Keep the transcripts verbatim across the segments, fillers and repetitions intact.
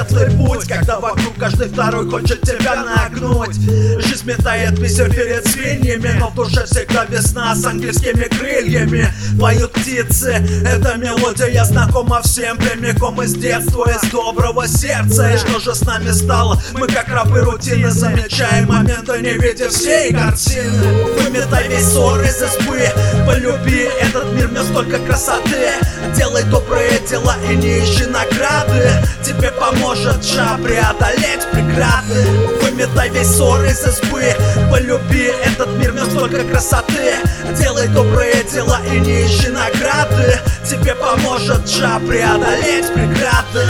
светлый путь, когда вокруг каждый второй хочет тебя нагнуть. Жизнь метает писем перед свиньями, но в душе всегда весна с ангельскими крыльями. Поют птицы, эта мелодия знакома всем прямиком из детства, из доброго сердца. И что же с нами стало? Мы как рабы рутины замечаем моменты, не видя всей картины. Выметай весь ссор из избы, полюби этот мир, в нем столько красоты. Делай добрые дела и не ищи награды, тебе поможет Джа преодолеть преграды. Выметай весь ссор из избы, полюби этот мир, в нем столько красоты. Делай добрые дела и не ищи награды, тебе поможет Джа преодолеть преграды.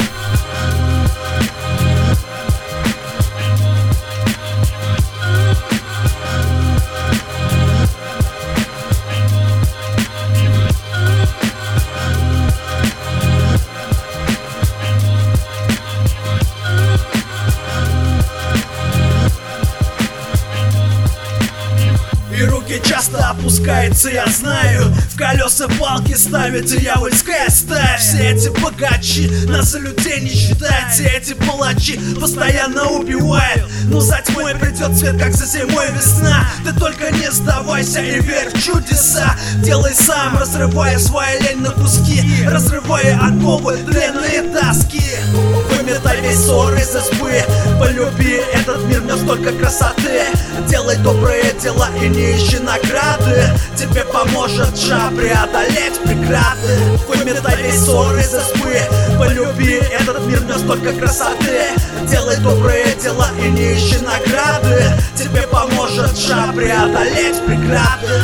И руки часто опускаются, я знаю. В колеса палки ставит дьявольская стая. Все эти богачи нас за людей не считают. Все эти палачи постоянно убивают. Но за тьмой придет свет, как за зимой весна. Ты только не сдавайся и верь в чудеса. Делай сам, разрывая свою лень на куски, разрывая оковы, длинные доски. Выметай весь ссор из избы, полюби этот мир, в нем столько красоты. Делай добрые дела и не ищи награды, тебе поможет Джа преодолеть преграды. Выметай весь ссор из избы, полюби этот мир, в нем столько красоты. Делай добрые дела и не ищи награды, тебе поможет Джа преодолеть преграды.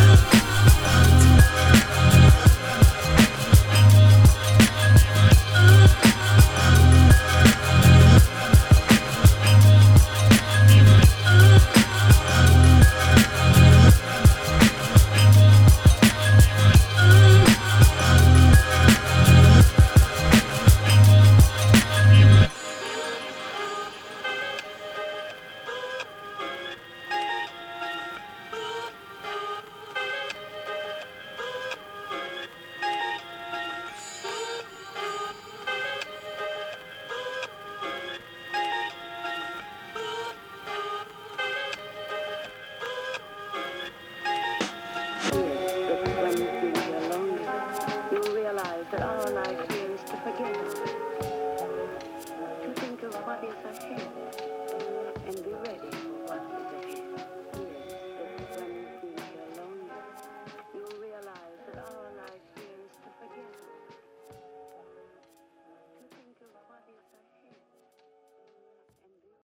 That our life here is to forget, to think of what is ahead, and be ready.